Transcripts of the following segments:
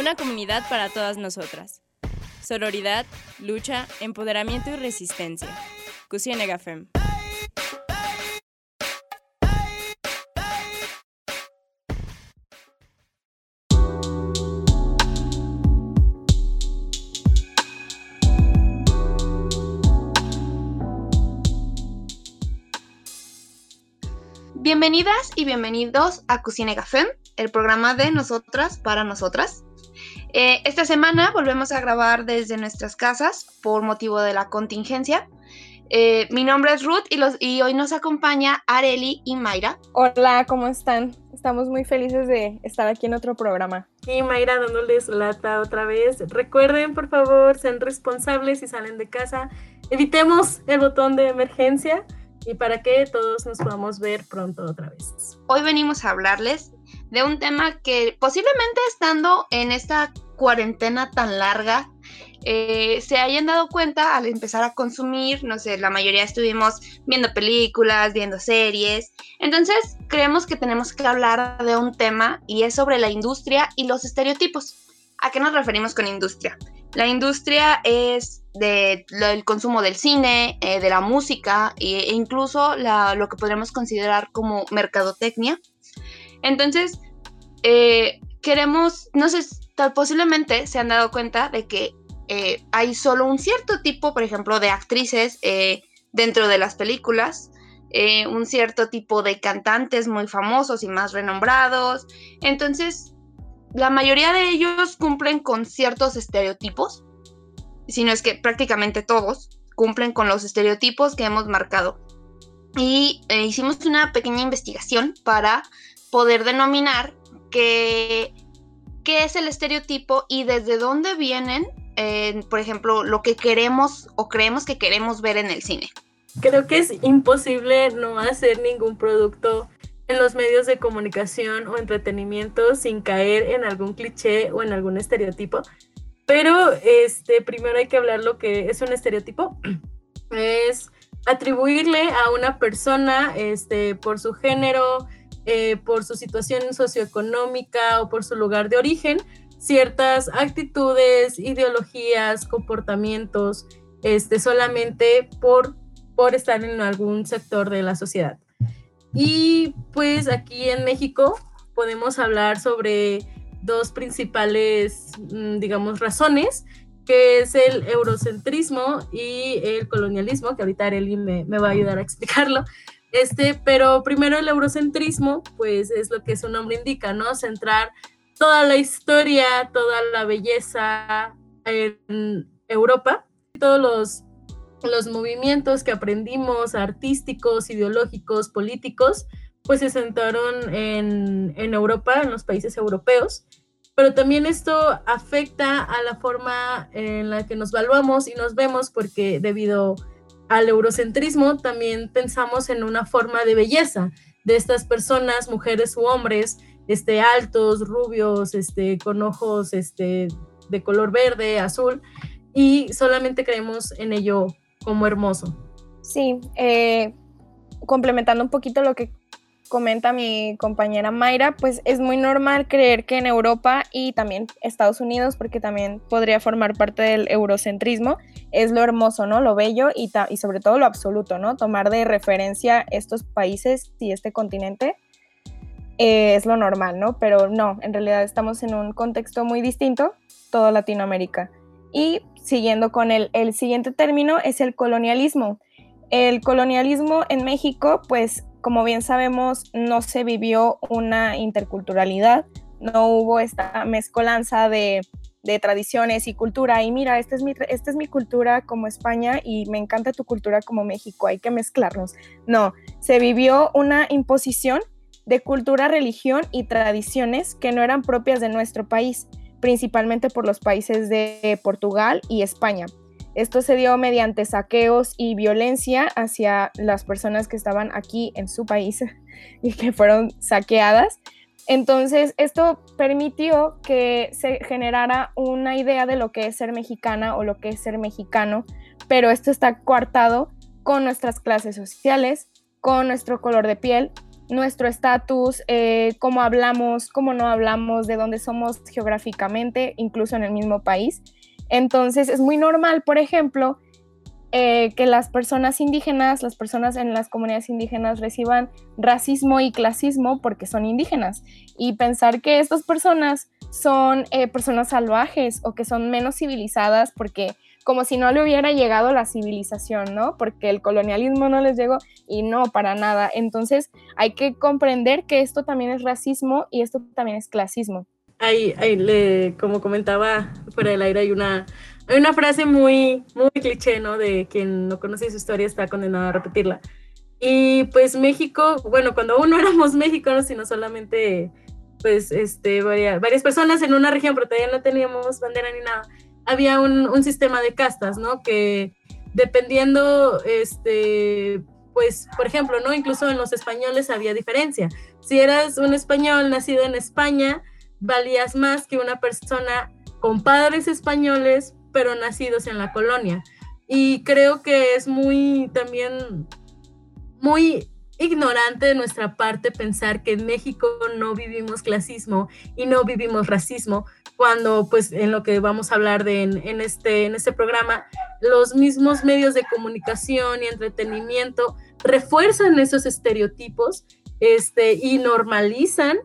una comunidad para todas nosotras. Sororidad, lucha, empoderamiento y resistencia. Cusienega Fem. Bienvenidas y bienvenidos a Cusienega Fem, el programa de nosotras para nosotras. Esta semana volvemos a grabar desde nuestras casas por motivo de la contingencia. Mi nombre es Ruth y hoy nos acompaña Areli y Mayra. Hola, ¿cómo están? Estamos muy felices de estar aquí en otro programa. Y Mayra dándoles lata otra vez. Recuerden, por favor, sean responsables si salen de casa. Evitemos el botón de emergencia y para que todos nos podamos ver pronto otra vez. Hoy venimos a hablarles de un tema que posiblemente estando en esta cuarentena tan larga, se hayan dado cuenta al empezar a consumir, no sé, la mayoría estuvimos viendo películas, viendo series, entonces creemos que tenemos que hablar de un tema y es sobre la industria y los estereotipos. ¿A qué nos referimos con industria? La industria es del consumo del cine, de la música e incluso lo que podríamos considerar como mercadotecnia. Entonces, queremos, no sé, posiblemente se han dado cuenta de que hay solo un cierto tipo, por ejemplo, de actrices dentro de las películas, un cierto tipo de cantantes muy famosos y más renombrados. Entonces, la mayoría de ellos cumplen con ciertos estereotipos, si no es que prácticamente todos cumplen con los estereotipos que hemos marcado. Y hicimos una pequeña investigación para poder denominar qué es el estereotipo y desde dónde vienen, por ejemplo, lo que queremos o creemos que queremos ver en el cine. Creo que es imposible no hacer ningún producto en los medios de comunicación o entretenimiento sin caer en algún cliché o en algún estereotipo. Pero primero hay que hablar lo que es un estereotipo. Es atribuirle a una persona por su género, por su situación socioeconómica o por su lugar de origen, ciertas actitudes, ideologías, comportamientos, solamente por estar en algún sector de la sociedad. Y pues aquí en México podemos hablar sobre dos principales, digamos, razones, que es el eurocentrismo y el colonialismo, que ahorita Areli me va a ayudar a explicarlo. Pero primero el eurocentrismo, pues es lo que su nombre indica, ¿no? Centrar toda la historia, toda la belleza en Europa, todos los movimientos que aprendimos, artísticos, ideológicos, políticos, pues se centraron en Europa, en los países europeos, pero también esto afecta a la forma en la que nos evaluamos y nos vemos, porque debido al eurocentrismo también pensamos en una forma de belleza de estas personas, mujeres u hombres, altos, rubios, con ojos de color verde, azul, y solamente creemos en ello como hermoso. Sí, complementando un poquito lo que comenta mi compañera Mayra, pues es muy normal creer que en Europa y también Estados Unidos, porque también podría formar parte del eurocentrismo, es lo hermoso, ¿no? Lo bello y sobre todo lo absoluto, ¿no? Tomar de referencia estos países y este continente es lo normal, ¿no? Pero no, en realidad estamos en un contexto muy distinto, toda Latinoamérica. Y siguiendo con el siguiente término es el colonialismo. El colonialismo en México, pues como bien sabemos, no se vivió una interculturalidad, no hubo esta mezcolanza de tradiciones y cultura, y mira, esta es mi cultura como España y me encanta tu cultura como México, hay que mezclarnos. No, se vivió una imposición de cultura, religión y tradiciones que no eran propias de nuestro país, principalmente por los países de Portugal y España. Esto se dio mediante saqueos y violencia hacia las personas que estaban aquí en su país y que fueron saqueadas. Entonces, esto permitió que se generara una idea de lo que es ser mexicana o lo que es ser mexicano, pero esto está coartado con nuestras clases sociales, con nuestro color de piel, nuestro estatus, cómo hablamos, cómo no hablamos, de dónde somos geográficamente, incluso en el mismo país. Entonces es muy normal, por ejemplo, que las personas indígenas, las personas en las comunidades indígenas reciban racismo y clasismo porque son indígenas, y pensar que estas personas son personas salvajes o que son menos civilizadas porque como si no le hubiera llegado la civilización, ¿no? Porque el colonialismo no les llegó, y no, para nada. Entonces hay que comprender que esto también es racismo y esto también es clasismo. Como comentaba fuera del aire, hay una frase muy, muy cliché, ¿no? De quien no conoce su historia está condenado a repetirla. Y pues México, bueno, cuando aún no éramos mexicanos, sino solamente pues varias personas en una región, pero todavía no teníamos bandera ni nada, había un sistema de castas, ¿no? Que dependiendo, pues, por ejemplo, ¿no? Incluso en los españoles había diferencia. Si eras un español nacido en España, valías más que una persona con padres españoles, pero nacidos en la colonia. Y creo que es también muy ignorante de nuestra parte pensar que en México no vivimos clasismo y no vivimos racismo, cuando pues en lo que vamos a hablar en este programa, los mismos medios de comunicación y entretenimiento refuerzan esos estereotipos y normalizan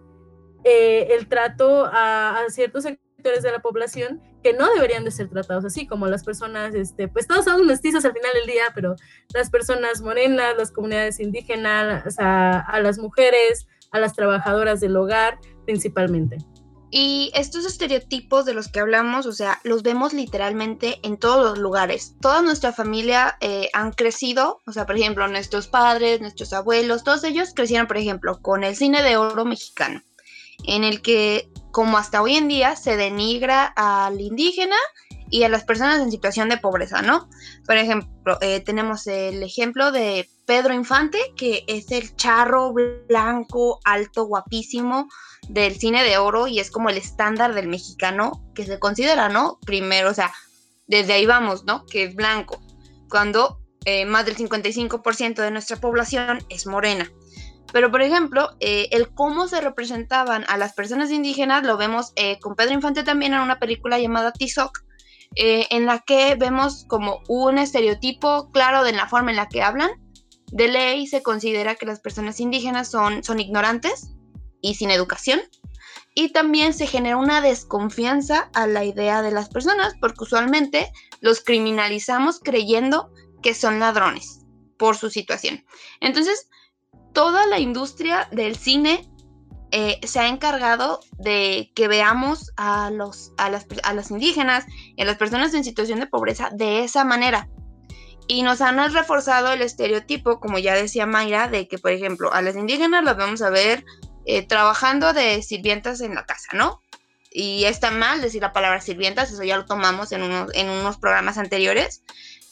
el trato a ciertos sectores de la población que no deberían de ser tratados así, como las personas, pues todos somos mestizos al final del día, pero las personas morenas, las comunidades indígenas, a las mujeres, a las trabajadoras del hogar, principalmente. Y estos estereotipos de los que hablamos, o sea, los vemos literalmente en todos los lugares. Toda nuestra familia han crecido, o sea, por ejemplo, nuestros padres, nuestros abuelos, todos ellos crecieron, por ejemplo, con el cine de oro mexicano, en el que, como hasta hoy en día, se denigra al indígena y a las personas en situación de pobreza, ¿no? Por ejemplo, tenemos el ejemplo de Pedro Infante, que es el charro blanco, alto, guapísimo del cine de oro, y es como el estándar del mexicano que se considera, ¿no? Primero, o sea, desde ahí vamos, ¿no? Que es blanco, cuando más del 55% de nuestra población es morena. Pero, por ejemplo, el cómo se representaban a las personas indígenas lo vemos con Pedro Infante también en una película llamada Tizoc, en la que vemos como un estereotipo claro de la forma en la que hablan. De ley se considera que las personas indígenas son ignorantes y sin educación, y también se genera una desconfianza a la idea de las personas, porque usualmente los criminalizamos creyendo que son ladrones por su situación. Entonces, toda la industria del cine se ha encargado de que veamos a las indígenas y a las personas en situación de pobreza de esa manera. Y nos han reforzado el estereotipo, como ya decía Mayra, de que, por ejemplo, a las indígenas las vamos a ver trabajando de sirvientas en la casa, ¿no? Y está mal decir la palabra sirvientas, eso ya lo tomamos en unos programas anteriores.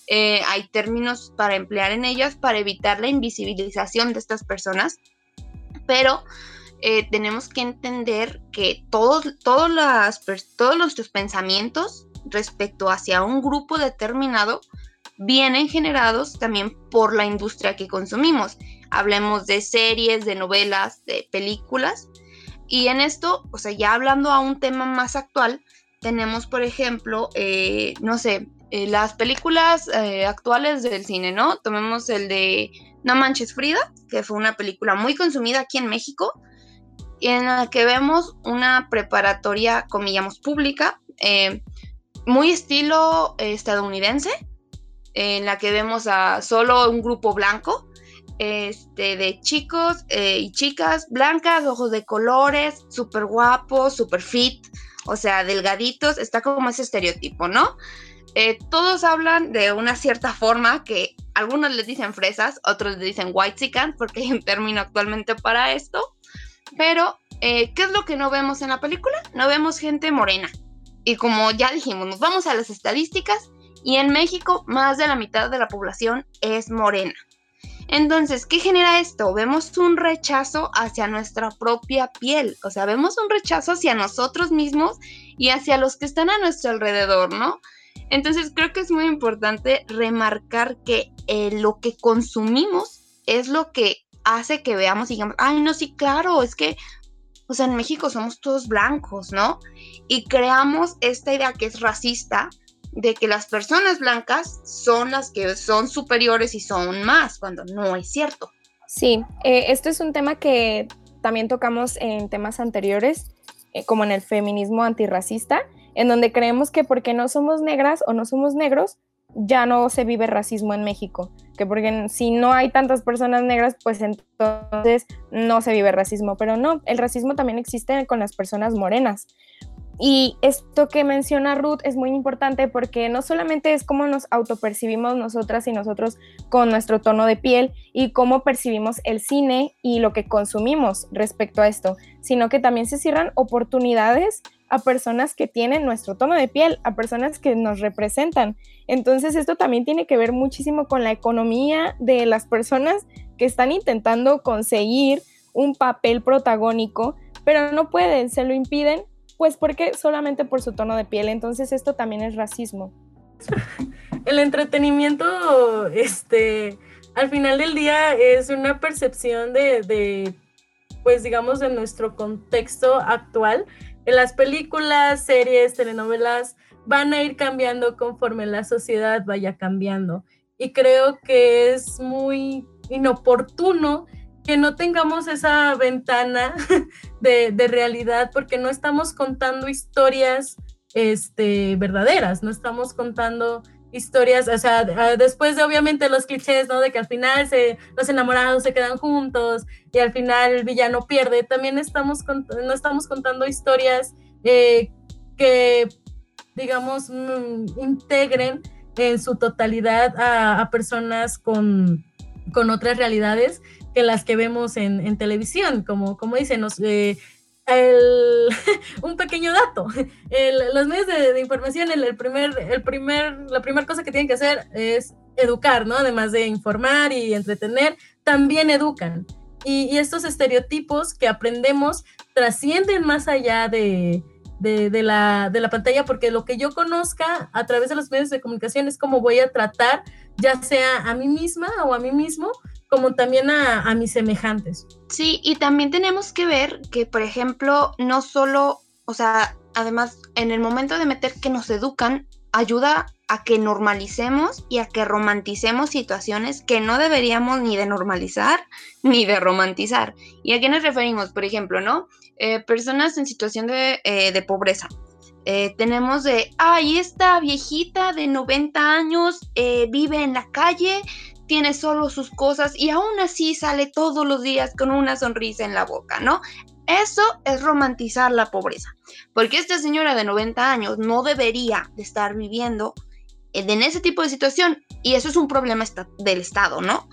Hay términos para emplear en ellas para evitar la invisibilización de estas personas, pero tenemos que entender que todos nuestros pensamientos respecto hacia un grupo determinado vienen generados también por la industria que consumimos. Hablemos de series, de novelas, de películas, y en esto, o sea, ya hablando a un tema más actual, tenemos, por ejemplo, las películas actuales del cine, ¿no? Tomemos el de No Manches Frida, que fue una película muy consumida aquí en México, y en la que vemos una preparatoria, comillamos, pública, muy estilo estadounidense, en la que vemos a solo un grupo blanco, de chicos y chicas blancas, ojos de colores, súper guapos, súper fit, o sea, delgaditos. Está como ese estereotipo, ¿no? Todos hablan de una cierta forma, que algunos les dicen fresas, otros les dicen whitexican, porque hay un término actualmente para esto. Pero, ¿qué es lo que no vemos en la película? No vemos gente morena. Y como ya dijimos, nos vamos a las estadísticas, y en México más de la mitad de la población es morena. Entonces, ¿qué genera esto? Vemos un rechazo hacia nuestra propia piel, o sea, vemos un rechazo hacia nosotros mismos y hacia los que están a nuestro alrededor, ¿no? Entonces, creo que es muy importante remarcar que lo que consumimos es lo que hace que veamos y digamos, ay, no, sí, claro, es que, o sea, en México somos todos blancos, ¿no? Y creamos esta idea que es racista, de que las personas blancas son las que son superiores y son más, cuando no es cierto. Sí, esto es un tema que también tocamos en temas anteriores, como en el feminismo antirracista, en donde creemos que porque no somos negras o no somos negros, ya no se vive racismo en México, que porque si no hay tantas personas negras, pues entonces no se vive racismo, pero no, el racismo también existe con las personas morenas. Y esto que menciona Ruth es muy importante porque no solamente es cómo nos autopercibimos nosotras y nosotros con nuestro tono de piel y cómo percibimos el cine y lo que consumimos respecto a esto, sino que también se cierran oportunidades a personas que tienen nuestro tono de piel, a personas que nos representan. Entonces esto también tiene que ver muchísimo con la economía de las personas que están intentando conseguir un papel protagónico, pero no pueden, se lo impiden, pues porque solamente por su tono de piel. Entonces esto también es racismo. El entretenimiento, al final del día es una percepción de pues digamos, de nuestro contexto actual. En las películas, series, telenovelas van a ir cambiando conforme la sociedad vaya cambiando. Y creo que es muy inoportuno que no tengamos esa ventana de realidad, porque no estamos contando historias verdaderas, no estamos contando historias, o sea, después de obviamente los clichés, ¿no? De que al final los enamorados se quedan juntos y al final el villano pierde, también no estamos contando historias que, digamos, integren en su totalidad a personas con otras realidades que las que vemos en televisión, como dicen, un pequeño dato, los medios de información, la primera cosa que tienen que hacer es educar, ¿no? Además de informar y entretener, también educan. Y estos estereotipos que aprendemos trascienden más allá de la pantalla, porque lo que yo conozca a través de los medios de comunicación es cómo voy a tratar, ya sea a mí misma o a mí mismo, como también a mis semejantes. Sí, y también tenemos que ver que, por ejemplo, no solo, o sea, además, en el momento de meter que nos educan, ayuda a que normalicemos y a que romanticemos situaciones que no deberíamos ni de normalizar ni de romantizar. ¿Y a qué nos referimos? Por ejemplo, ¿no? Personas en situación de pobreza. Tenemos esta viejita de 90 años vive en la calle, tiene solo sus cosas y aún así sale todos los días con una sonrisa en la boca, ¿no? Eso es romantizar la pobreza, porque esta señora de 90 años no debería de estar viviendo en ese tipo de situación, y eso es un problema del Estado, ¿no?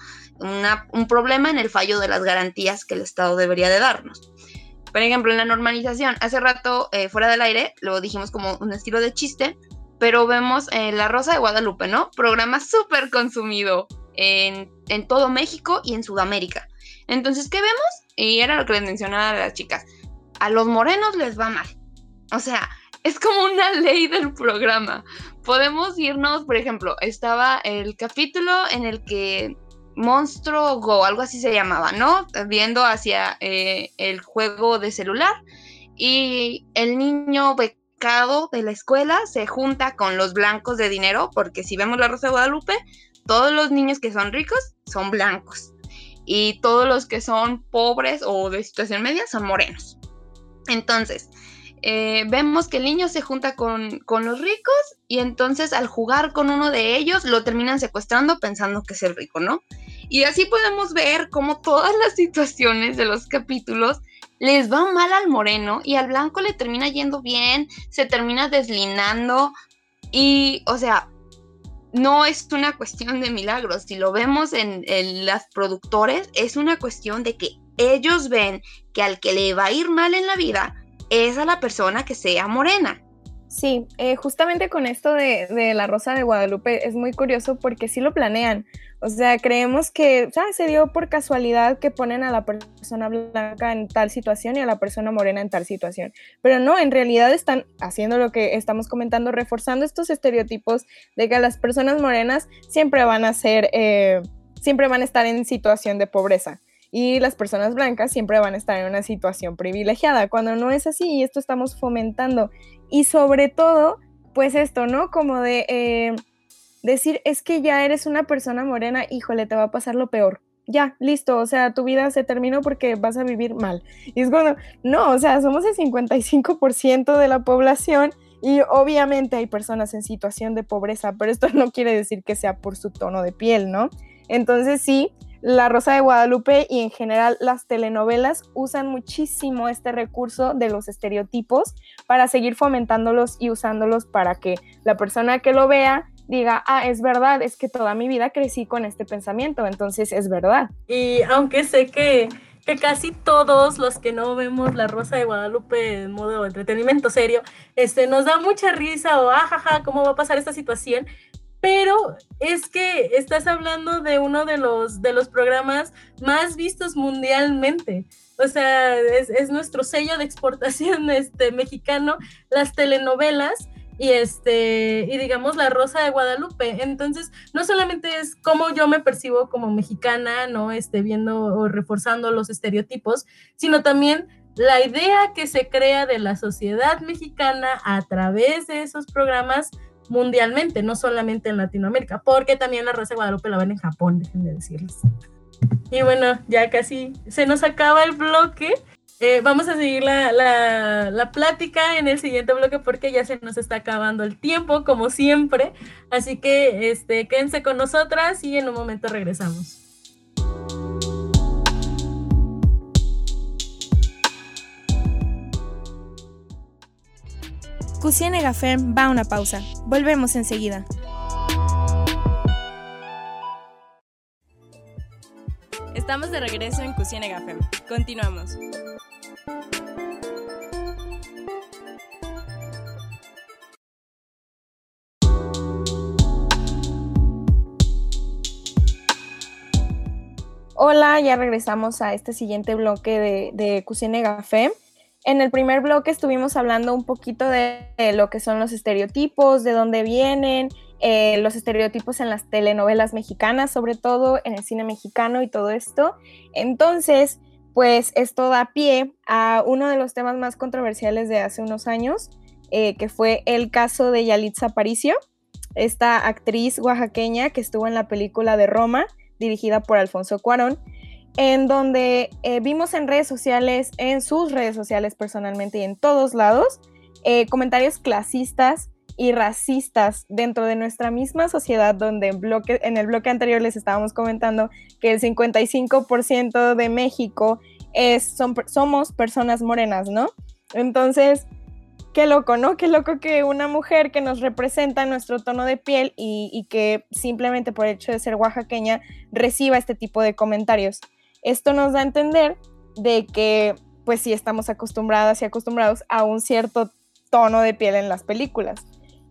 Un problema en el fallo de las garantías que el Estado debería de darnos. Por ejemplo, en la normalización, hace rato, fuera del aire, lo dijimos como un estilo de chiste, pero vemos La Rosa de Guadalupe, ¿no? Programa súper consumido en todo México y en Sudamérica. Entonces, ¿qué vemos? Y era lo que les mencionaba a las chicas. A los morenos les va mal. O sea, es como una ley del programa. Podemos irnos, por ejemplo, estaba el capítulo en el que Monstruo Go, algo así se llamaba, ¿no? Viendo hacia el juego de celular, y el niño becado de la escuela se junta con los blancos de dinero, porque si vemos La Rosa de Guadalupe, todos los niños que son ricos son blancos y todos los que son pobres o de situación media son morenos. Entonces, vemos que el niño se junta con los ricos, y entonces al jugar con uno de ellos lo terminan secuestrando pensando que es el rico, ¿no? Y así podemos ver cómo todas las situaciones de los capítulos les va mal al moreno y al blanco le termina yendo bien, se termina deslindando, y, o sea, no es una cuestión de milagros. Si lo vemos en las productores, es una cuestión de que ellos ven que al que le va a ir mal en la vida es a la persona que sea morena. Sí, justamente con esto de La Rosa de Guadalupe es muy curioso porque sí lo planean. O sea, creemos que se dio por casualidad que ponen a la persona blanca en tal situación y a la persona morena en tal situación. Pero no, en realidad están haciendo lo que estamos comentando, reforzando estos estereotipos de que las personas morenas siempre van a estar en situación de pobreza. y las personas blancas siempre van a estar en una situación privilegiada, cuando no es así, y esto estamos fomentando. Y sobre todo, pues esto, ¿no? Como de decir, es que ya eres una persona morena, híjole, te va a pasar lo peor. Ya, listo, o sea, tu vida se terminó porque vas a vivir mal. Y es cuando, no, o sea, somos el 55% de la población y obviamente hay personas en situación de pobreza, pero esto no quiere decir que sea por su tono de piel, ¿no? Entonces sí, La Rosa de Guadalupe y en general las telenovelas usan muchísimo este recurso de los estereotipos para seguir fomentándolos y usándolos para que la persona que lo vea diga, es verdad, es que toda mi vida crecí con este pensamiento, entonces es verdad. Y aunque sé que casi todos los que no vemos La Rosa de Guadalupe en modo entretenimiento serio, nos da mucha risa o jaja, ¿cómo va a pasar esta situación? Pero es que estás hablando de uno de los programas más vistos mundialmente. O sea, es nuestro sello de exportación mexicano, las telenovelas y digamos La Rosa de Guadalupe. Entonces, no solamente es cómo yo me percibo como mexicana, ¿no? Viendo o reforzando los estereotipos, sino también la idea que se crea de la sociedad mexicana a través de esos programas mundialmente, no solamente en Latinoamérica, porque también La Rosa de Guadalupe la ven en Japón, déjenme decirles. Y bueno, ya casi se nos acaba el bloque. Vamos a seguir la plática en el siguiente bloque porque ya se nos está acabando el tiempo, como siempre. Así que quédense con nosotras y en un momento regresamos. Cusienega Fem va a una pausa. Volvemos enseguida. Estamos de regreso en Cusienega Fem. Continuamos. Hola, ya regresamos a este siguiente bloque de Cusienega Fem. En el primer bloque estuvimos hablando un poquito de lo que son los estereotipos, de dónde vienen, los estereotipos en las telenovelas mexicanas, sobre todo en el cine mexicano y todo esto. Entonces, pues esto da pie a uno de los temas más controversiales de hace unos años, que fue el caso de Yalitza Aparicio, esta actriz oaxaqueña que estuvo en la película de Roma, dirigida por Alfonso Cuarón, en donde vimos en redes sociales, en sus redes sociales personalmente y en todos lados, comentarios clasistas y racistas dentro de nuestra misma sociedad, donde en el bloque anterior les estábamos comentando que el 55% de México somos personas morenas, ¿no? Entonces, qué loco, ¿no? Qué loco que una mujer que nos representa nuestro tono de piel y que simplemente por el hecho de ser oaxaqueña reciba este tipo de comentarios. Esto nos da a entender de que, pues sí, estamos acostumbradas y acostumbrados a un cierto tono de piel en las películas.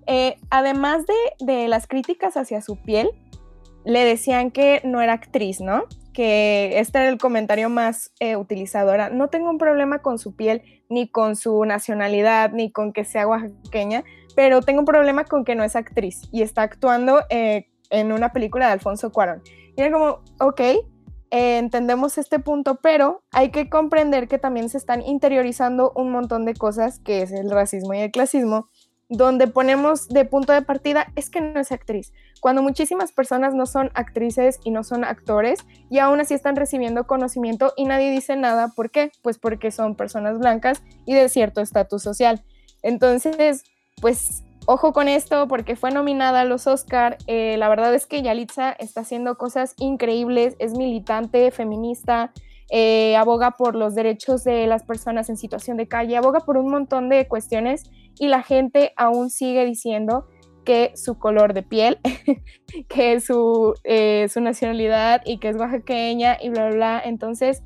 Además de las críticas hacia su piel, le decían que no era actriz, ¿no? Que este era el comentario más utilizado. Era, no tengo un problema con su piel, ni con su nacionalidad, ni con que sea oaxaqueña, pero tengo un problema con que no es actriz y está actuando en una película de Alfonso Cuarón. Y era como, ok, entendemos este punto, pero hay que comprender que también se están interiorizando un montón de cosas, que es el racismo y el clasismo, donde ponemos de punto de partida, es que no es actriz, cuando muchísimas personas no son actrices y no son actores, y aún así están recibiendo conocimiento y nadie dice nada. ¿Por qué? Pues porque son personas blancas y de cierto estatus social. Entonces, pues ojo con esto, porque fue nominada a los Oscar. La verdad es que Yalitza está haciendo cosas increíbles, es militante, feminista, aboga por los derechos de las personas en situación de calle, aboga por un montón de cuestiones, y la gente aún sigue diciendo que su color de piel, que su nacionalidad y que es oaxaqueña y bla, bla, bla. Entonces,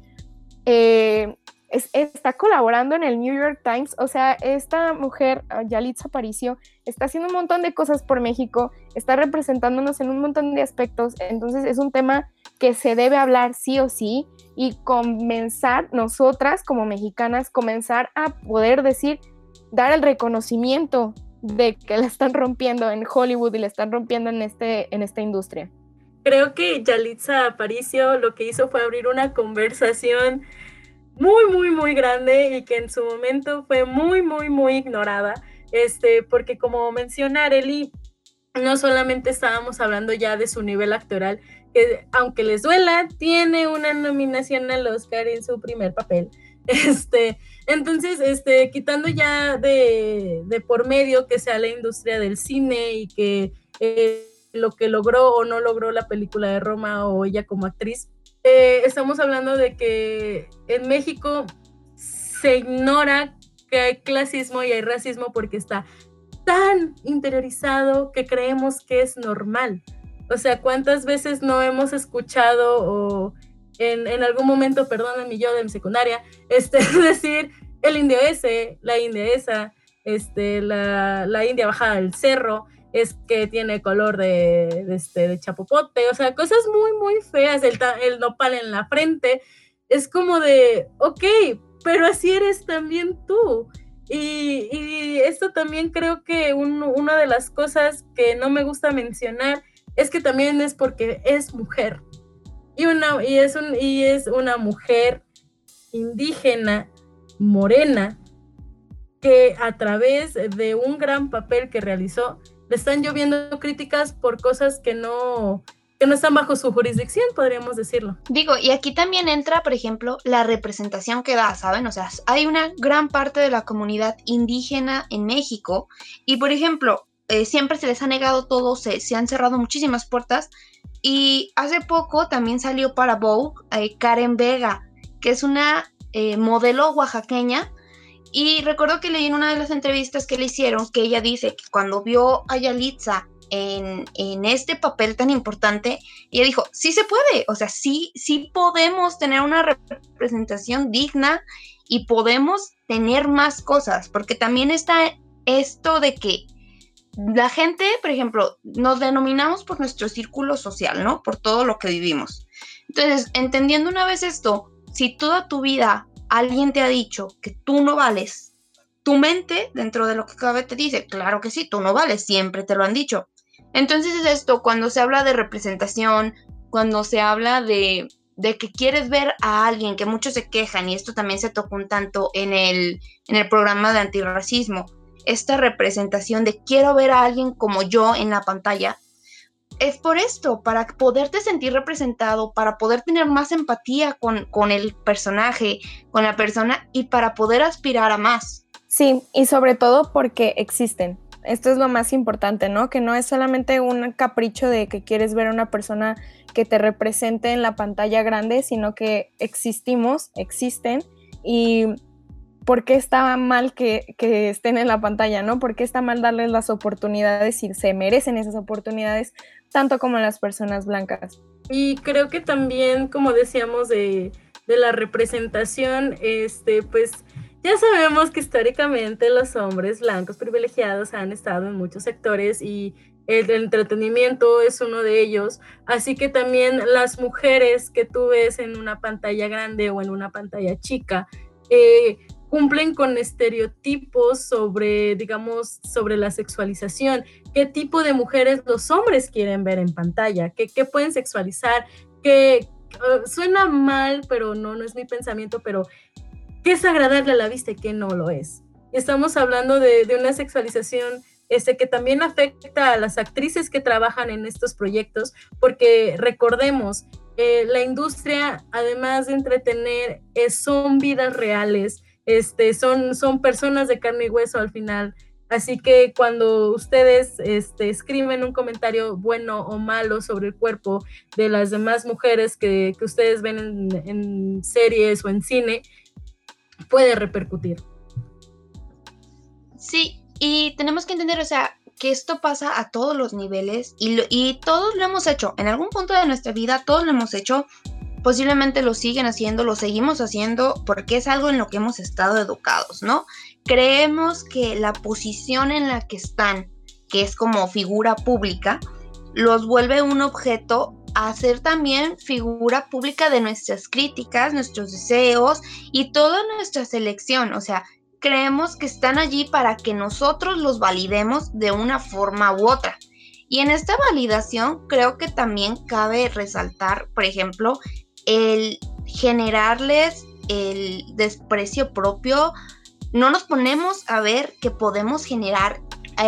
está colaborando en el New York Times. O sea, esta mujer, Yalitza Aparicio, está haciendo un montón de cosas por México, está representándonos en un montón de aspectos. Entonces, es un tema que se debe hablar sí o sí, y comenzar nosotras como mexicanas, comenzar a poder dar el reconocimiento de que la están rompiendo en Hollywood y la están rompiendo en esta industria. creo que Yalitza Aparicio lo que hizo fue abrir una conversación muy, muy, muy grande y que en su momento fue muy, muy, muy ignorada, porque como menciona Arely, no solamente estábamos hablando ya de su nivel actoral, que aunque les duela, tiene una nominación al Oscar en su primer papel. Entonces, quitando ya de por medio que sea la industria del cine y que lo que logró o no logró la película de Roma o ella como actriz, estamos hablando de que en México se ignora que hay clasismo y hay racismo porque está tan interiorizado que creemos que es normal. O sea, ¿cuántas veces no hemos escuchado o en algún momento, perdóname yo de mi secundaria, decir el indio ese, la india esa, la india bajada del cerro, es que tiene color de chapopote, o sea, cosas muy, muy feas, el nopal en la frente, es como de, ok, pero así eres también tú. Y esto también creo que una de las cosas que no me gusta mencionar es que también es porque es mujer. Y es una mujer indígena, morena, que a través de un gran papel que realizó, le están lloviendo críticas por cosas que no están bajo su jurisdicción, podríamos decirlo. Digo, y aquí también entra, por ejemplo, la representación que da, ¿saben? O sea, hay una gran parte de la comunidad indígena en México y, por ejemplo, siempre se les ha negado todo, se han cerrado muchísimas puertas y hace poco también salió para Vogue Karen Vega, que es una modelo oaxaqueña. Y recuerdo que leí en una de las entrevistas que le hicieron que ella dice que cuando vio a Yalitza en este papel tan importante, ella dijo, sí se puede, o sea, sí podemos tener una representación digna y podemos tener más cosas, porque también está esto de que la gente, por ejemplo, nos denominamos por nuestro círculo social, ¿no? Por todo lo que vivimos. Entonces, entendiendo una vez esto, si toda tu vida alguien te ha dicho que tú no vales, tu mente, dentro de lo que cabe, te dice, claro que sí, tú no vales, siempre te lo han dicho. Entonces es esto, cuando se habla de representación, cuando se habla de que quieres ver a alguien, que muchos se quejan, y esto también se tocó un tanto en el programa de antirracismo, esta representación de quiero ver a alguien como yo en la pantalla, es por esto, para poderte sentir representado, para poder tener más empatía con el personaje, con la persona y para poder aspirar a más. Sí, y sobre todo porque existen. Esto es lo más importante, ¿no? Que no es solamente un capricho de que quieres ver a una persona que te represente en la pantalla grande, sino que existen y ¿por qué está mal que estén en la pantalla, ¿no? ¿Por qué está mal darles las oportunidades si se merecen esas oportunidades, tanto como las personas blancas? Y creo que también, como decíamos, de la representación, pues ya sabemos que históricamente los hombres blancos privilegiados han estado en muchos sectores y el entretenimiento es uno de ellos, así que también las mujeres que tú ves en una pantalla grande o en una pantalla chica, cumplen con estereotipos sobre la sexualización. ¿Qué tipo de mujeres los hombres quieren ver en pantalla? ¿Qué pueden sexualizar? Que suena mal, pero no es mi pensamiento, pero ¿qué es agradable a la vista y qué no lo es? Estamos hablando de una sexualización que también afecta a las actrices que trabajan en estos proyectos, porque recordemos, la industria, además de entretener, son vidas reales, son personas de carne y hueso al final. Así que cuando ustedes escriben un comentario bueno o malo sobre el cuerpo de las demás mujeres que ustedes ven en series o en cine, puede repercutir. Sí, y tenemos que entender, o sea, que esto pasa a todos los niveles y todos lo hemos hecho. En algún punto de nuestra vida todos lo hemos hecho. Posiblemente lo siguen haciendo, lo seguimos haciendo porque es algo en lo que hemos estado educados, ¿no? Creemos que la posición en la que están, que es como figura pública, los vuelve un objeto a ser también figura pública de nuestras críticas, nuestros deseos y toda nuestra selección. O sea, creemos que están allí para que nosotros los validemos de una forma u otra. Y en esta validación creo que también cabe resaltar, por ejemplo, el generarles el desprecio propio. No nos ponemos a ver que podemos generar,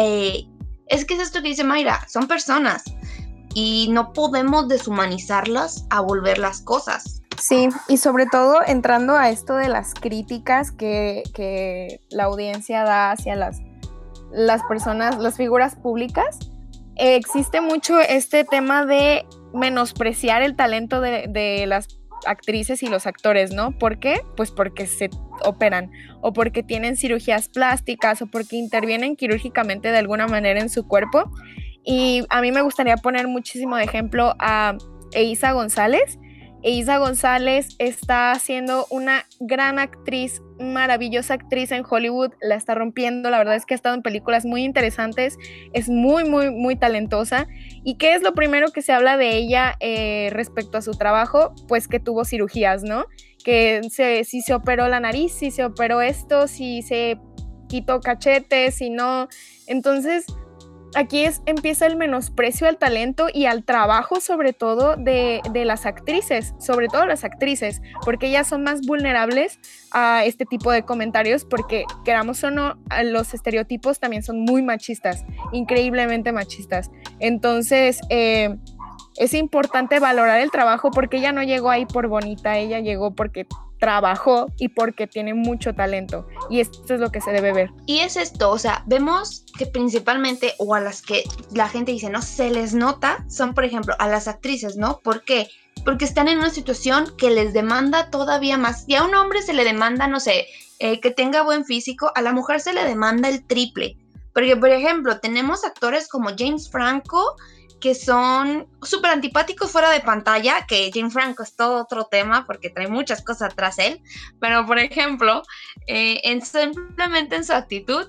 es que es esto que dice Mayra, son personas y no podemos deshumanizarlas a volver las cosas. Sí, y sobre todo entrando a esto de las críticas que la audiencia da hacia las personas, las figuras públicas, existe mucho este tema de menospreciar el talento de las actrices y los actores, ¿no? ¿Por qué? Pues porque se operan o porque tienen cirugías plásticas o porque intervienen quirúrgicamente de alguna manera en su cuerpo. Y a mí me gustaría poner muchísimo de ejemplo a Eiza González. Eiza González está siendo una gran actriz, maravillosa actriz en Hollywood, la está rompiendo, la verdad es que ha estado en películas muy interesantes, es muy, muy, muy talentosa. ¿Y qué es lo primero que se habla de ella respecto a su trabajo? Pues que tuvo cirugías, ¿no? Que si se operó la nariz, si se operó esto, si se quitó cachetes, si no. Entonces, aquí empieza el menosprecio al talento y al trabajo, sobre todo de las actrices, sobre todo las actrices, porque ellas son más vulnerables a este tipo de comentarios, porque queramos o no, los estereotipos también son muy machistas, increíblemente machistas. Entonces, es importante valorar el trabajo porque ella no llegó ahí por bonita, ella llegó porque trabajó y porque tiene mucho talento, y esto es lo que se debe ver. Y es esto, o sea, vemos que principalmente, o a las que la gente dice, no, se les nota, son por ejemplo a las actrices, ¿no? ¿Por qué? Porque están en una situación que les demanda todavía más. Y a un hombre se le demanda, no sé, que tenga buen físico, a la mujer se le demanda el triple. Porque, por ejemplo, tenemos actores como James Franco, que son súper antipáticos fuera de pantalla, que James Franco es todo otro tema porque trae muchas cosas tras él, pero por ejemplo, simplemente en su actitud,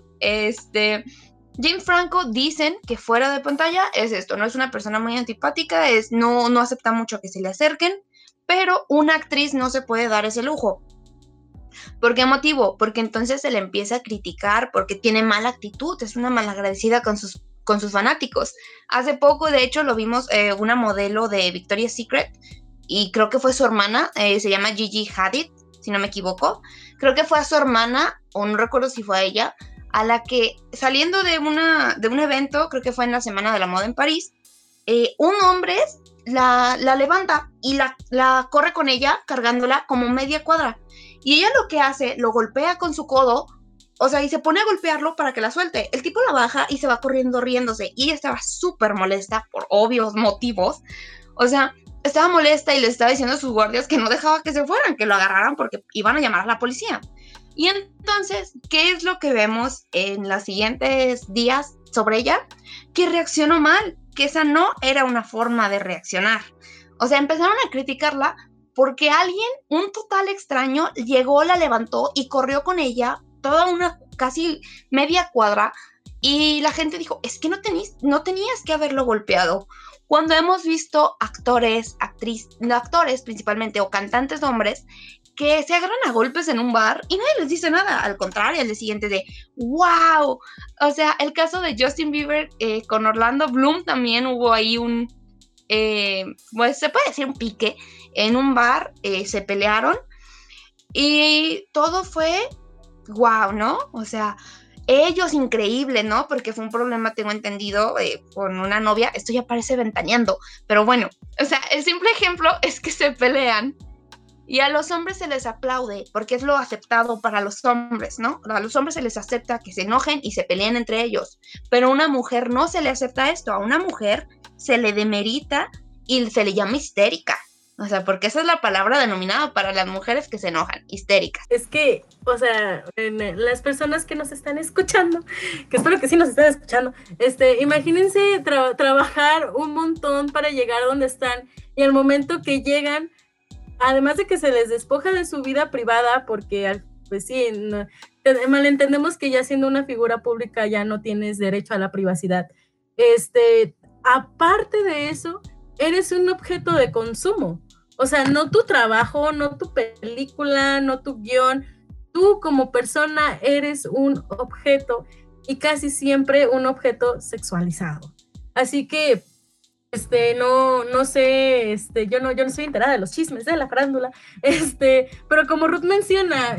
James Franco dicen que fuera de pantalla es esto, no es una persona muy antipática, no acepta mucho que se le acerquen, pero una actriz no se puede dar ese lujo. ¿Por qué motivo? Porque entonces se le empieza a criticar porque tiene mala actitud, es una malagradecida con sus fanáticos. Hace poco, de hecho, lo vimos una modelo de Victoria's Secret, y creo que fue su hermana, se llama Gigi Hadid, si no me equivoco. Creo que fue a su hermana, o no recuerdo si fue a ella, a la que saliendo de un evento, creo que fue en la Semana de la Moda en París, un hombre la levanta y la corre con ella, cargándola como media cuadra. Y ella lo que hace, lo golpea con su codo, o sea, y se pone a golpearlo para que la suelte. El tipo la baja y se va corriendo riéndose. Y ella estaba súper molesta por obvios motivos. O sea, estaba molesta y le estaba diciendo a sus guardias que no dejaba que se fueran, que lo agarraran porque iban a llamar a la policía. Y entonces, ¿qué es lo que vemos en los siguientes días sobre ella? Que reaccionó mal, que esa no era una forma de reaccionar. O sea, empezaron a criticarla porque alguien, un total extraño, llegó, la levantó y corrió con ella toda una casi media cuadra, y la gente dijo, es que no tenías que haberlo golpeado. Cuando hemos visto actores principalmente, o cantantes hombres, que se agarran a golpes en un bar y nadie les dice nada, al contrario, al día siguiente de wow. O sea, el caso de Justin Bieber con Orlando Bloom también hubo ahí pues se puede decir un pique en un bar, se pelearon y todo fue wow, ¿no? O sea, ellos increíble, ¿no? Porque fue un problema, tengo entendido, con una novia. Esto ya parece ventaneando, pero bueno, o sea, el simple ejemplo es que se pelean y a los hombres se les aplaude porque es lo aceptado para los hombres, ¿no? A los hombres se les acepta que se enojen y se peleen entre ellos, pero a una mujer no se le acepta esto. A una mujer se le demerita y se le llama histérica. O sea, porque esa es la palabra denominada para las mujeres que se enojan, histéricas. Es que, o sea, las personas que nos están escuchando, que espero que sí nos estén escuchando, imagínense trabajar un montón para llegar a donde están, y al momento que llegan, además de que se les despoja de su vida privada, porque pues sí, malentendemos que ya siendo una figura pública ya no tienes derecho a la privacidad. Aparte de eso, eres un objeto de consumo. O sea, no tu trabajo, no tu película, no tu guión. Tú como persona eres un objeto, y casi siempre un objeto sexualizado. Así que no sé, yo no estoy enterada de los chismes de la farándula, pero como Ruth menciona,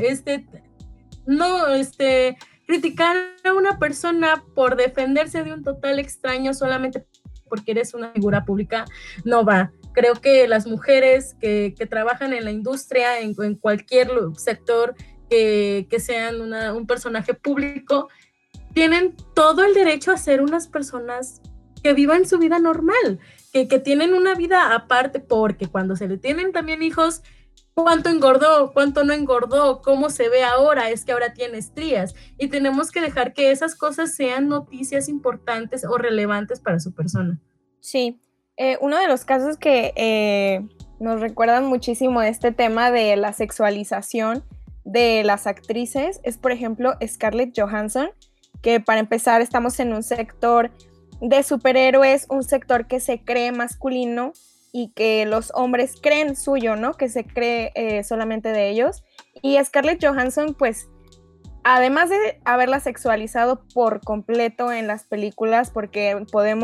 criticar a una persona por defenderse de un total extraño solamente porque eres una figura pública no va. Creo que las mujeres que trabajan en la industria, en cualquier sector, que sean un personaje público, tienen todo el derecho a ser unas personas que vivan su vida normal, que tienen una vida aparte, porque cuando se le tienen también hijos, cuánto engordó, cuánto no engordó, cómo se ve ahora, es que ahora tiene estrías, y tenemos que dejar que esas cosas sean noticias importantes o relevantes para su persona. Sí, uno de los casos que nos recuerdan muchísimo este tema de la sexualización de las actrices es, por ejemplo, Scarlett Johansson, que para empezar estamos en un sector de superhéroes, un sector que se cree masculino y que los hombres creen suyo, ¿no? Que se cree solamente de ellos. Y Scarlett Johansson, pues, además de haberla sexualizado por completo en las películas, porque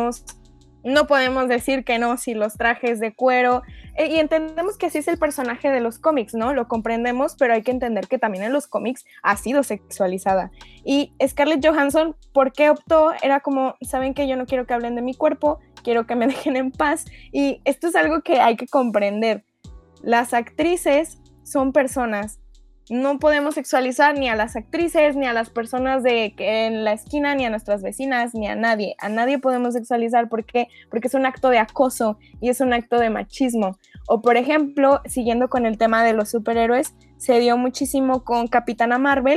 no podemos decir que no si los trajes de cuero, y entendemos que así es el personaje de los cómics, ¿no? Lo comprendemos, pero hay que entender que también en los cómics ha sido sexualizada. Y Scarlett Johansson, ¿por qué optó? Era como, ¿saben qué? Yo no quiero que hablen de mi cuerpo, quiero que me dejen en paz. Y esto es algo que hay que comprender. Las actrices son personas. No podemos sexualizar ni a las actrices, ni a las personas en la esquina, ni a nuestras vecinas, ni a nadie. A nadie podemos sexualizar. ¿Por qué? Porque es un acto de acoso y es un acto de machismo. O, por ejemplo, siguiendo con el tema de los superhéroes, se dio muchísimo con Capitana Marvel,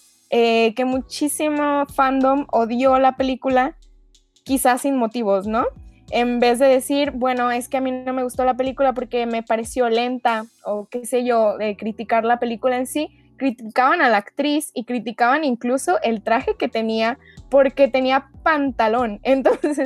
que muchísimo fandom odió la película, quizás sin motivos, ¿no? En vez de decir, bueno, es que a mí no me gustó la película porque me pareció lenta o qué sé yo, de criticar la película en sí, criticaban a la actriz y criticaban incluso el traje que tenía porque tenía pantalón. Entonces,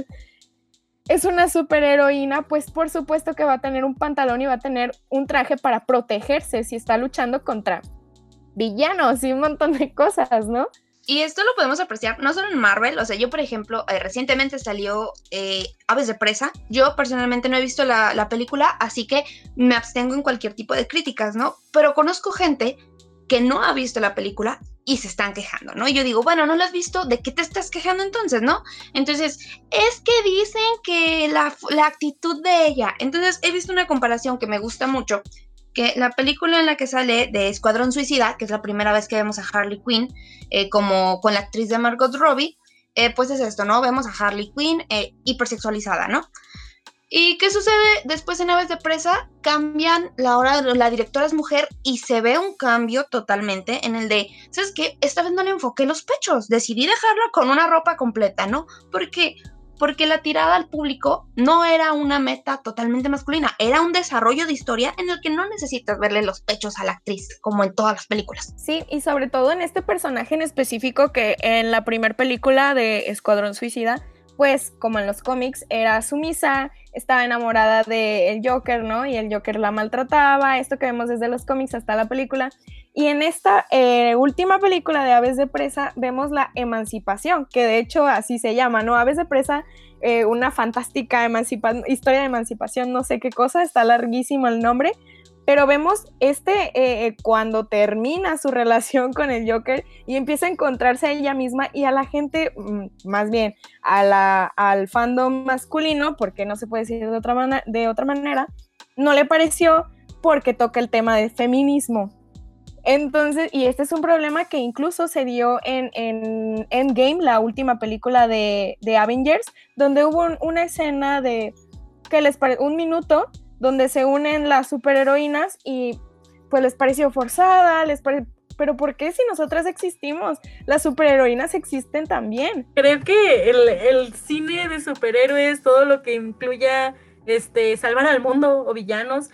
es una superheroína, pues por supuesto que va a tener un pantalón y va a tener un traje para protegerse si está luchando contra villanos y un montón de cosas, ¿no? Y esto lo podemos apreciar no solo en Marvel, o sea, yo por ejemplo, recientemente salió Aves de Presa. Yo personalmente no he visto la película, así que me abstengo en cualquier tipo de críticas, ¿no? Pero conozco gente que no ha visto la película y se están quejando, ¿no? Y yo digo, bueno, ¿no la has visto? ¿De qué te estás quejando entonces, no? Entonces, es que dicen que la actitud de ella. Entonces, he visto una comparación que me gusta mucho, que la película en la que sale de Escuadrón Suicida, que es la primera vez que vemos a Harley Quinn, como con la actriz de Margot Robbie, pues es esto, ¿no? Vemos a Harley Quinn hipersexualizada, ¿no? ¿Y qué sucede después en Aves de Presa? Cambian la directora es mujer y se ve un cambio totalmente en el de, ¿sabes qué? Esta vez no le enfoqué los pechos, decidí dejarla con una ropa completa, ¿no? Porque la tirada al público no era una meta totalmente masculina, era un desarrollo de historia en el que no necesitas verle los pechos a la actriz, como en todas las películas. Sí, y sobre todo en este personaje en específico que en la primera película de Escuadrón Suicida, pues como en los cómics, era sumisa, estaba enamorada del Joker, ¿no? Y el Joker la maltrataba, esto que vemos desde los cómics hasta la película. Y en esta última película de Aves de Presa vemos la emancipación, que de hecho así se llama, ¿no? Aves de Presa, una fantástica historia de emancipación, no sé qué cosa, está larguísimo el nombre, pero vemos cuando termina su relación con el Joker y empieza a encontrarse a ella misma y a la gente, más bien al fandom masculino, porque no se puede decir de otra manera, no le pareció porque toca el tema del feminismo. Entonces, y este es un problema que incluso se dio en Endgame, la última película de Avengers, donde hubo una escena de un minuto donde se unen las superheroínas y pues les pareció forzada, pero ¿por qué si nosotras existimos? Las superheroínas existen también. Creo que el cine de superhéroes, todo lo que incluya salvar al mundo o villanos,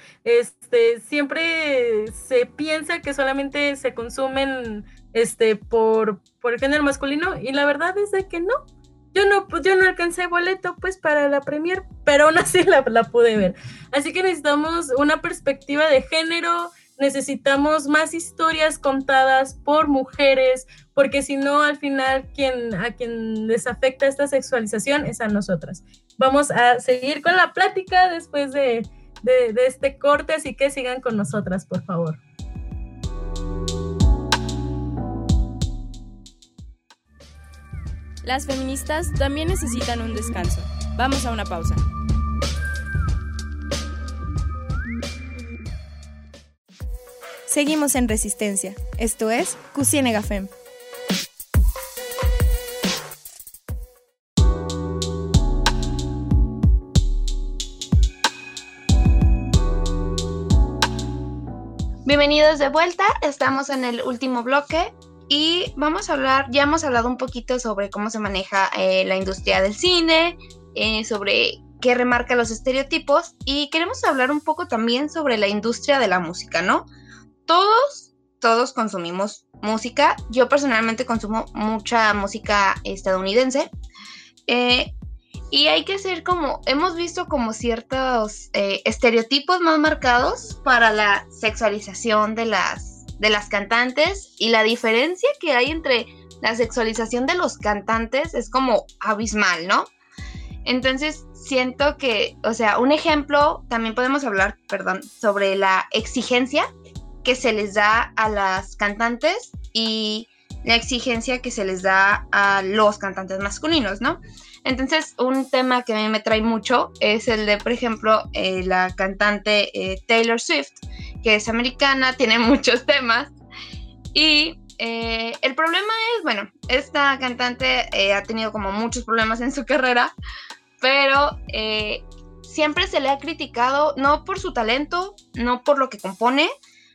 siempre se piensa que solamente se consumen por el género masculino, y la verdad es de que no. Yo no alcancé boleto pues para la premier, pero aún así la pude ver. Así que necesitamos una perspectiva de género, necesitamos más historias contadas por mujeres, porque si no, al final a quien les afecta esta sexualización es a nosotras. vamos a seguir con la plática después de este corte, así que sigan con nosotras, por favor. Las feministas también necesitan un descanso. Vamos a una pausa. Seguimos en Resistencia. Esto es Cusienega Fem. Bienvenidos de vuelta, estamos en el último bloque y vamos a hablar, ya hemos hablado un poquito sobre cómo se maneja la industria del cine, sobre qué remarca los estereotipos y queremos hablar un poco también sobre la industria de la música, ¿no? Todos consumimos música, yo personalmente consumo mucha música estadounidense, y hay que ser hemos visto como ciertos estereotipos más marcados para la sexualización de las cantantes, y la diferencia que hay entre la sexualización de los cantantes es como abismal, ¿no? Entonces siento que, un ejemplo, también podemos hablar, sobre la exigencia que se les da a las cantantes y la exigencia que se les da a los cantantes masculinos, ¿no? Entonces, un tema que a mí me trae mucho es el de, por ejemplo, la cantante Taylor Swift, que es americana, tiene muchos temas, y el problema es, esta cantante ha tenido como muchos problemas en su carrera, pero siempre se le ha criticado, no por su talento, no por lo que compone,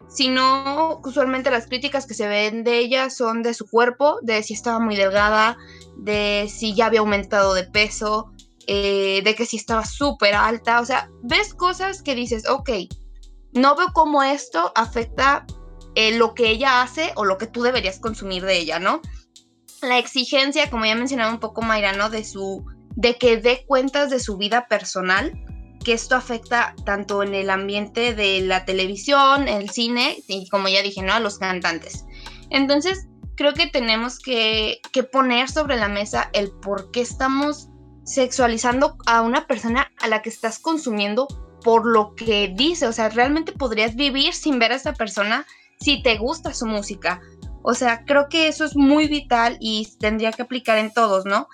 sino usualmente las críticas que se ven de ella son de su cuerpo, de si estaba muy delgada, de si ya había aumentado de peso, de que si estaba súper alta. O sea, ves cosas que dices, ok, no veo cómo esto afecta lo que ella hace o lo que tú deberías consumir de ella, ¿no? La exigencia, como ya mencionaba un poco Mayra, ¿no? De que dé cuentas de su vida personal, que esto afecta tanto en el ambiente de la televisión, el cine, y como ya dije, ¿no? A los cantantes. Entonces, creo que tenemos que poner sobre la mesa el por qué estamos sexualizando a una persona a la que estás consumiendo por lo que dice. O sea, realmente podrías vivir sin ver a esa persona si te gusta su música. O sea, creo que eso es muy vital y tendría que aplicar en todos, ¿no?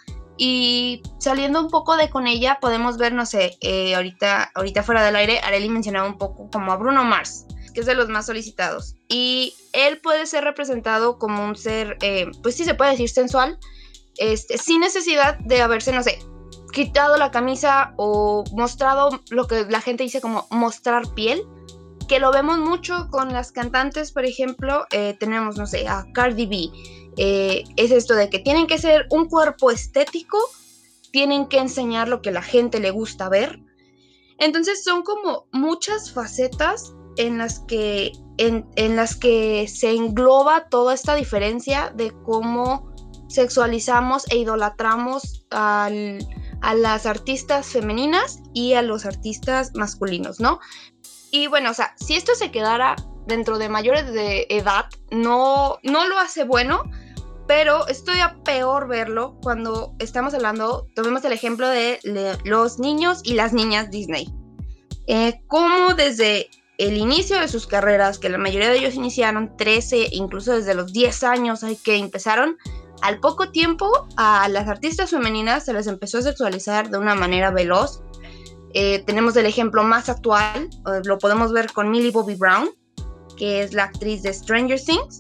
Y saliendo un poco de con ella, podemos ver, no sé, ahorita fuera del aire, Arely mencionaba un poco como a Bruno Mars, que es de los más solicitados. Y él puede ser representado como un ser, pues sí se puede decir sensual, sin necesidad de haberse, no sé, quitado la camisa o mostrado lo que la gente dice como mostrar piel, que lo vemos mucho con las cantantes. Por ejemplo, tenemos, no sé, a Cardi B. Es esto de que tienen que ser un cuerpo estético, tienen que enseñar lo que la gente le gusta ver. Entonces son como muchas facetas en las que se engloba toda esta diferencia de cómo sexualizamos e idolatramos a las artistas femeninas y a los artistas masculinos, ¿no? Y bueno, o sea, si esto se quedara dentro de mayores de edad, no lo hace bueno, pero es todavía peor verlo cuando estamos hablando, tomemos el ejemplo de los niños y las niñas Disney. Cómo desde el inicio de sus carreras, que la mayoría de ellos iniciaron 13, incluso desde los 10 años que empezaron, al poco tiempo a las artistas femeninas se les empezó a sexualizar de una manera veloz. Tenemos el ejemplo más actual, lo podemos ver con Millie Bobby Brown, que es la actriz de Stranger Things,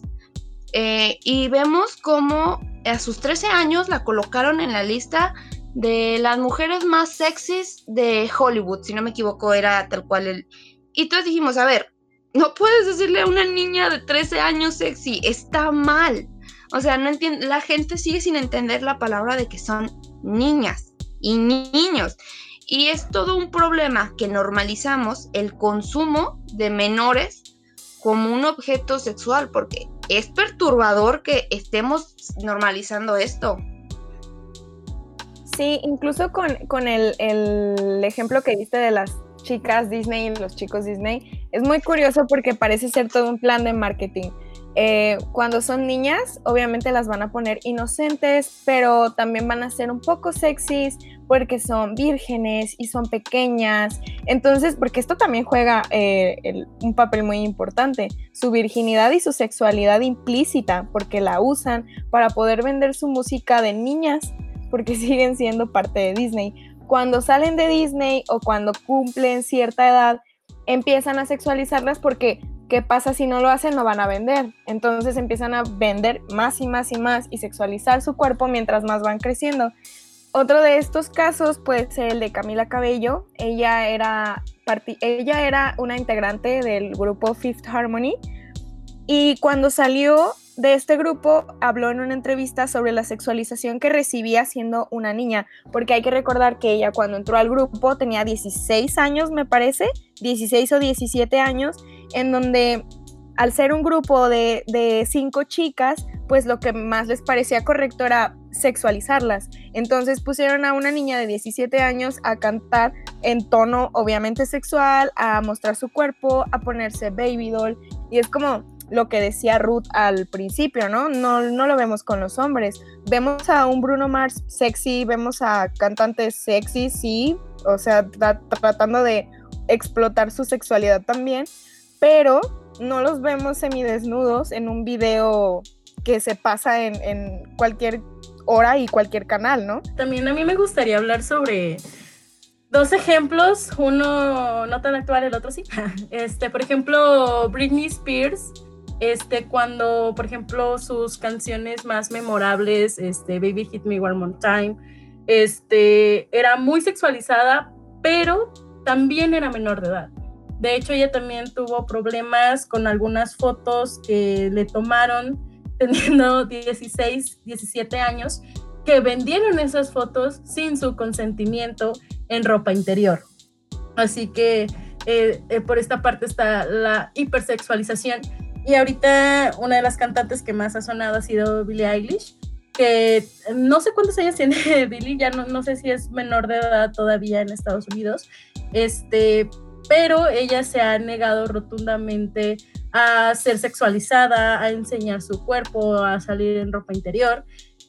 y vemos cómo a sus 13 años la colocaron en la lista de las mujeres más sexys de Hollywood, si no me equivoco era tal cual y todos dijimos, a ver, no puedes decirle a una niña de 13 años sexy, está mal. O sea, no entiende, la gente sigue sin entender la palabra de que son niñas y niños. Y es todo un problema que normalizamos el consumo de menores como un objeto sexual, porque es perturbador que estemos normalizando esto. Sí, incluso con el ejemplo que diste de las chicas Disney y los chicos Disney, es muy curioso porque parece ser todo un plan de marketing. Cuando son niñas, obviamente las van a poner inocentes, pero también van a ser un poco sexys porque son vírgenes y son pequeñas. Entonces, porque esto también juega un papel muy importante, su virginidad y su sexualidad implícita, porque la usan para poder vender su música de niñas, porque siguen siendo parte de Disney. Cuando salen de Disney o cuando cumplen cierta edad, empiezan a sexualizarlas porque ¿qué pasa si no lo hacen? No van a vender. Entonces empiezan a vender más y más y más y sexualizar su cuerpo mientras más van creciendo. Otro de estos casos puede ser el de Camila Cabello. Ella era una integrante del grupo Fifth Harmony y cuando salió de este grupo habló en una entrevista sobre la sexualización que recibía siendo una niña, porque hay que recordar que ella cuando entró al grupo tenía 16 años, me parece, 16 o 17 años, en donde al ser un grupo de 5 chicas, pues lo que más les parecía correcto era sexualizarlas. Entonces pusieron a una niña de 17 años a cantar en tono obviamente sexual, a mostrar su cuerpo, a ponerse baby doll, y es como lo que decía Ruth al principio, ¿no? No lo vemos con los hombres. Vemos a un Bruno Mars sexy, vemos a cantantes sexy, sí, o sea, tratando de explotar su sexualidad también, pero no los vemos semidesnudos en un video que se pasa en cualquier hora y cualquier canal, ¿no? También a mí me gustaría hablar sobre 2 ejemplos, uno no tan actual, el otro sí. Por ejemplo, Britney Spears, cuando, por ejemplo, sus canciones más memorables, Baby Hit Me One More Time, era muy sexualizada, pero también era menor de edad. De hecho, ella también tuvo problemas con algunas fotos que le tomaron teniendo 16, 17 años, que vendieron esas fotos sin su consentimiento en ropa interior. Así que por esta parte está la hipersexualización. Y ahorita una de las cantantes que más ha sonado ha sido Billie Eilish, que no sé cuántos años tiene Billie, ya no sé si es menor de edad todavía en Estados Unidos, pero ella se ha negado rotundamente a ser sexualizada, a enseñar su cuerpo, a salir en ropa interior,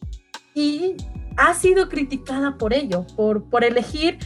y ha sido criticada por ello, por elegir,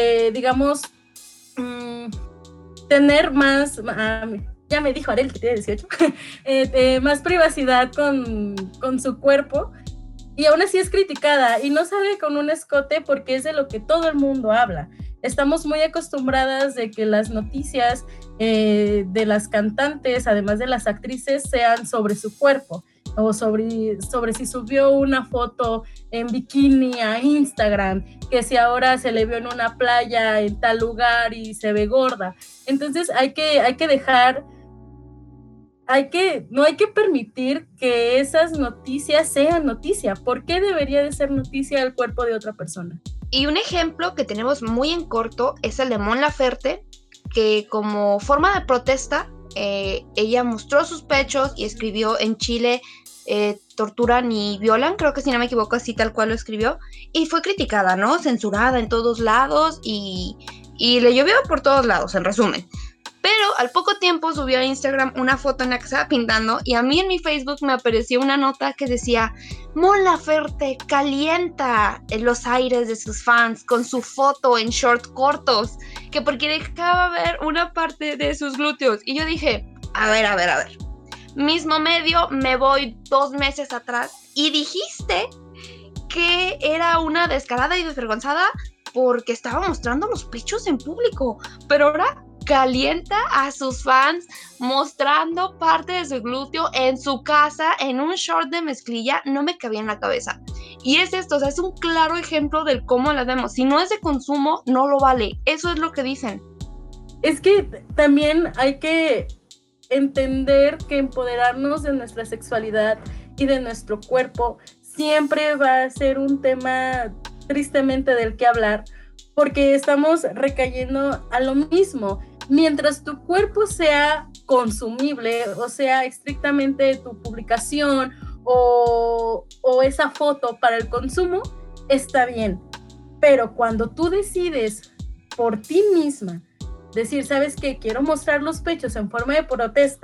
tener más, ya me dijo Arel que tiene 18, más privacidad con su cuerpo, y aún así es criticada, y no sale con un escote porque es de lo que todo el mundo habla. Estamos muy acostumbradas de que las noticias de las cantantes, además de las actrices, sean sobre su cuerpo, o sobre si subió una foto en bikini a Instagram, que si ahora se le vio en una playa en tal lugar y se ve gorda. Entonces no hay que permitir que esas noticias sean noticia. ¿Por qué debería de ser noticia el cuerpo de otra persona? Y un ejemplo que tenemos muy en corto es el de Mon Laferte, que como forma de protesta, ella mostró sus pechos y escribió: en Chile torturan y violan, creo que si no me equivoco así tal cual lo escribió, y fue criticada, ¿no? Censurada en todos lados y le llovió por todos lados, en resumen. Pero al poco tiempo subió a Instagram una foto en la que estaba pintando, y a mí en mi Facebook me apareció una nota que decía: Mon Laferte calienta en los aires de sus fans con su foto en short cortos, que porque dejaba ver una parte de sus glúteos. Y yo dije, a ver, mismo medio, me voy 2 meses atrás y dijiste que era una descarada y desvergonzada porque estaba mostrando los pechos en público, pero ahora calienta a sus fans mostrando parte de su glúteo en su casa en un short de mezclilla. No me cabía en la cabeza. Y es esto, o sea, es un claro ejemplo del cómo la vemos. Si no es de consumo, no lo vale. Eso es lo que dicen. Es que también hay que entender que empoderarnos de nuestra sexualidad y de nuestro cuerpo siempre va a ser un tema tristemente del que hablar, porque estamos recayendo a lo mismo. Mientras tu cuerpo sea consumible, o sea, estrictamente tu publicación o esa foto para el consumo, está bien. Pero cuando tú decides por ti misma decir, ¿sabes qué? Quiero mostrar los pechos en forma de protesta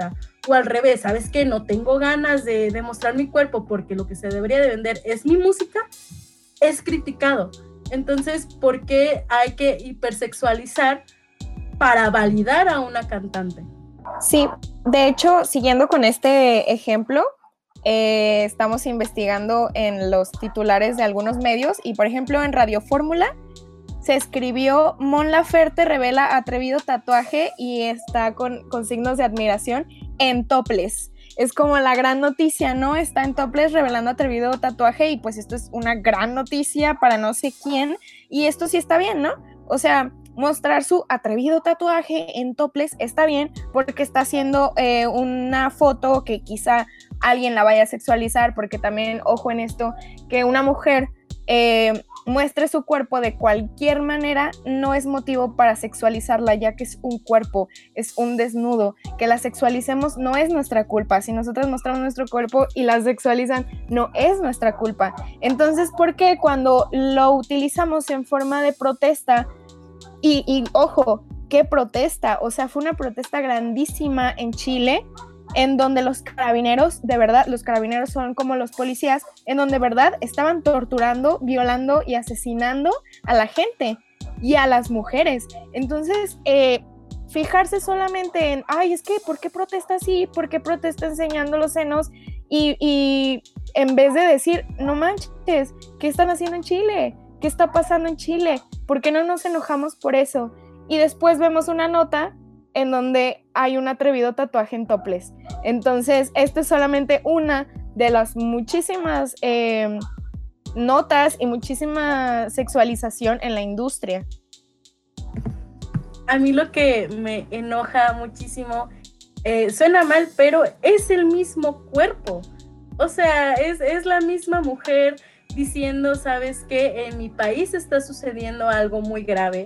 o al revés, ¿sabes qué? No tengo ganas de demostrar mi cuerpo porque lo que se debería de vender es mi música, es criticado. Entonces, ¿por qué hay que hipersexualizar para validar a una cantante? Sí, de hecho, siguiendo con este ejemplo, estamos investigando en los titulares de algunos medios y, por ejemplo, en Radio Fórmula se escribió: Mon Laferte revela atrevido tatuaje y está con signos de admiración en topless. Es como la gran noticia, ¿no? Está en topless revelando atrevido tatuaje y pues esto es una gran noticia para no sé quién y esto sí está bien, ¿no? O sea, mostrar su atrevido tatuaje en topless está bien porque está haciendo una foto que quizá alguien la vaya a sexualizar, porque también, ojo en esto, que una mujer muestre su cuerpo de cualquier manera no es motivo para sexualizarla, ya que es un cuerpo, es un desnudo. Que la sexualicemos no es nuestra culpa. Si nosotros mostramos nuestro cuerpo y la sexualizan, no es nuestra culpa. Entonces, ¿por qué cuando lo utilizamos en forma de protesta? Y ojo, ¿qué protesta? O sea, fue una protesta grandísima en Chile, en donde los carabineros, de verdad, los carabineros son como los policías, en donde de verdad estaban torturando, violando y asesinando a la gente y a las mujeres. Entonces, fijarse solamente en, ay, es que, ¿por qué protesta así? ¿Por qué protesta enseñando los senos? Y en vez de decir, no manches, ¿qué están haciendo en Chile? ¿Qué está pasando en Chile? ¿Por qué no nos enojamos por eso? Y después vemos una nota en donde hay un atrevido tatuaje en topless. Entonces, esto es solamente una de las muchísimas notas y muchísima sexualización en la industria. A mí lo que me enoja muchísimo, suena mal, pero es el mismo cuerpo. O sea, es la misma mujer diciendo, ¿sabes qué? En mi país está sucediendo algo muy grave.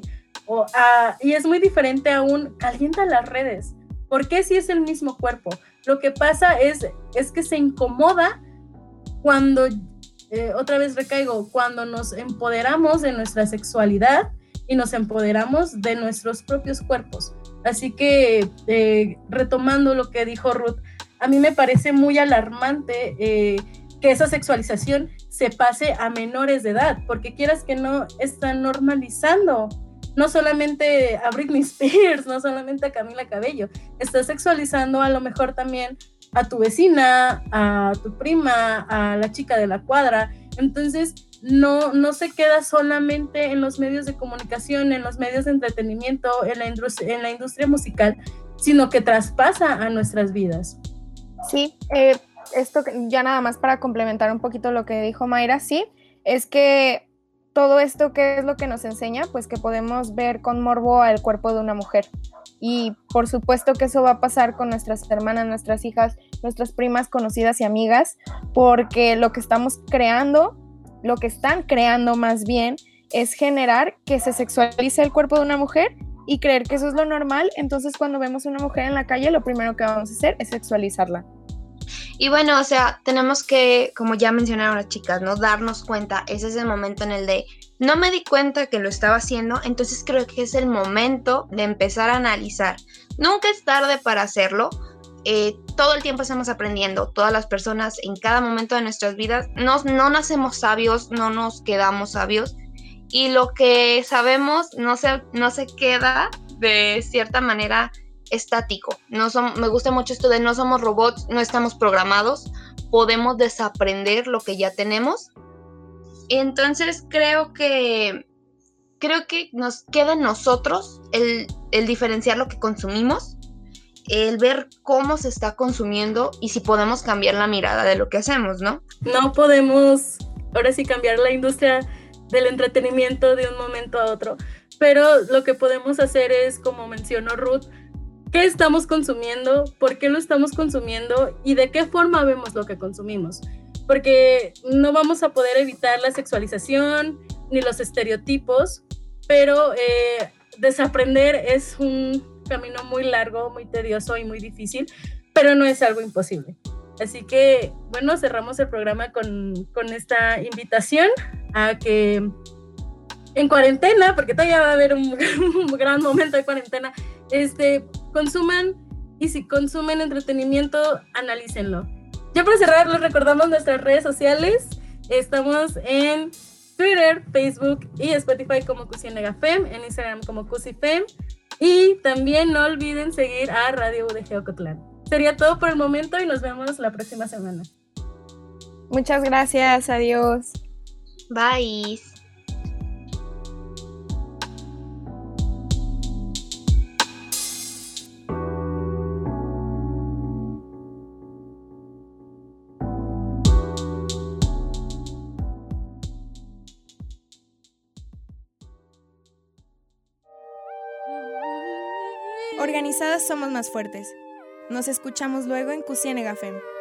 Y es muy diferente a un calienta las redes. ¿Por qué si es el mismo cuerpo? Lo que pasa es que se incomoda cuando, otra vez recaigo, cuando nos empoderamos de nuestra sexualidad y nos empoderamos de nuestros propios cuerpos. Así que, retomando lo que dijo Ruth, a mí me parece muy alarmante que esa sexualización se pase a menores de edad, porque quieras que no, están normalizando no solamente a Britney Spears, no solamente a Camila Cabello, está sexualizando a lo mejor también a tu vecina, a tu prima, a la chica de la cuadra. Entonces no se queda solamente en los medios de comunicación, en los medios de entretenimiento, en la industria musical, sino que traspasa a nuestras vidas. Sí, esto ya nada más para complementar un poquito lo que dijo Mayra, sí, es que todo esto, ¿qué es lo que nos enseña? Pues que podemos ver con morbo al cuerpo de una mujer. Y por supuesto que eso va a pasar con nuestras hermanas, nuestras hijas, nuestras primas conocidas y amigas, porque lo que estamos creando, lo que están creando más bien, es generar que se sexualice el cuerpo de una mujer y creer que eso es lo normal. Entonces, cuando vemos a una mujer en la calle, lo primero que vamos a hacer es sexualizarla. Y bueno, o sea, tenemos que, como ya mencionaron las chicas, ¿no? Darnos cuenta, ese es el momento en el de, no me di cuenta que lo estaba haciendo, entonces creo que es el momento de empezar a analizar. Nunca es tarde para hacerlo, todo el tiempo estamos aprendiendo, todas las personas en cada momento de nuestras vidas, no nacemos sabios, no nos quedamos sabios, y lo que sabemos no se queda de cierta manera estático. Me gusta mucho esto de no somos robots, no estamos programados, podemos desaprender lo que ya tenemos. Entonces creo que nos queda en nosotros el diferenciar lo que consumimos, el ver cómo se está consumiendo y si podemos cambiar la mirada de lo que hacemos, ¿no? No podemos ahora sí cambiar la industria del entretenimiento de un momento a otro, pero lo que podemos hacer es, como mencionó Ruth, ¿qué estamos consumiendo? ¿Por qué lo estamos consumiendo? ¿Y de qué forma vemos lo que consumimos? Porque no vamos a poder evitar la sexualización ni los estereotipos, pero desaprender es un camino muy largo, muy tedioso y muy difícil, pero no es algo imposible. Así que, bueno, cerramos el programa con esta invitación a que en cuarentena, porque todavía va a haber un gran momento de cuarentena, consuman y si consumen entretenimiento, analícenlo. Ya para cerrar, les recordamos nuestras redes sociales. Estamos en Twitter, Facebook y Spotify como CusiEnegafem, en Instagram como CusiFem, y también no olviden seguir a Radio UDG Ocotlán. Sería todo por el momento y nos vemos la próxima semana. Muchas gracias, adiós. Bye. Organizadas somos más fuertes. Nos escuchamos luego en CusiEnegafem.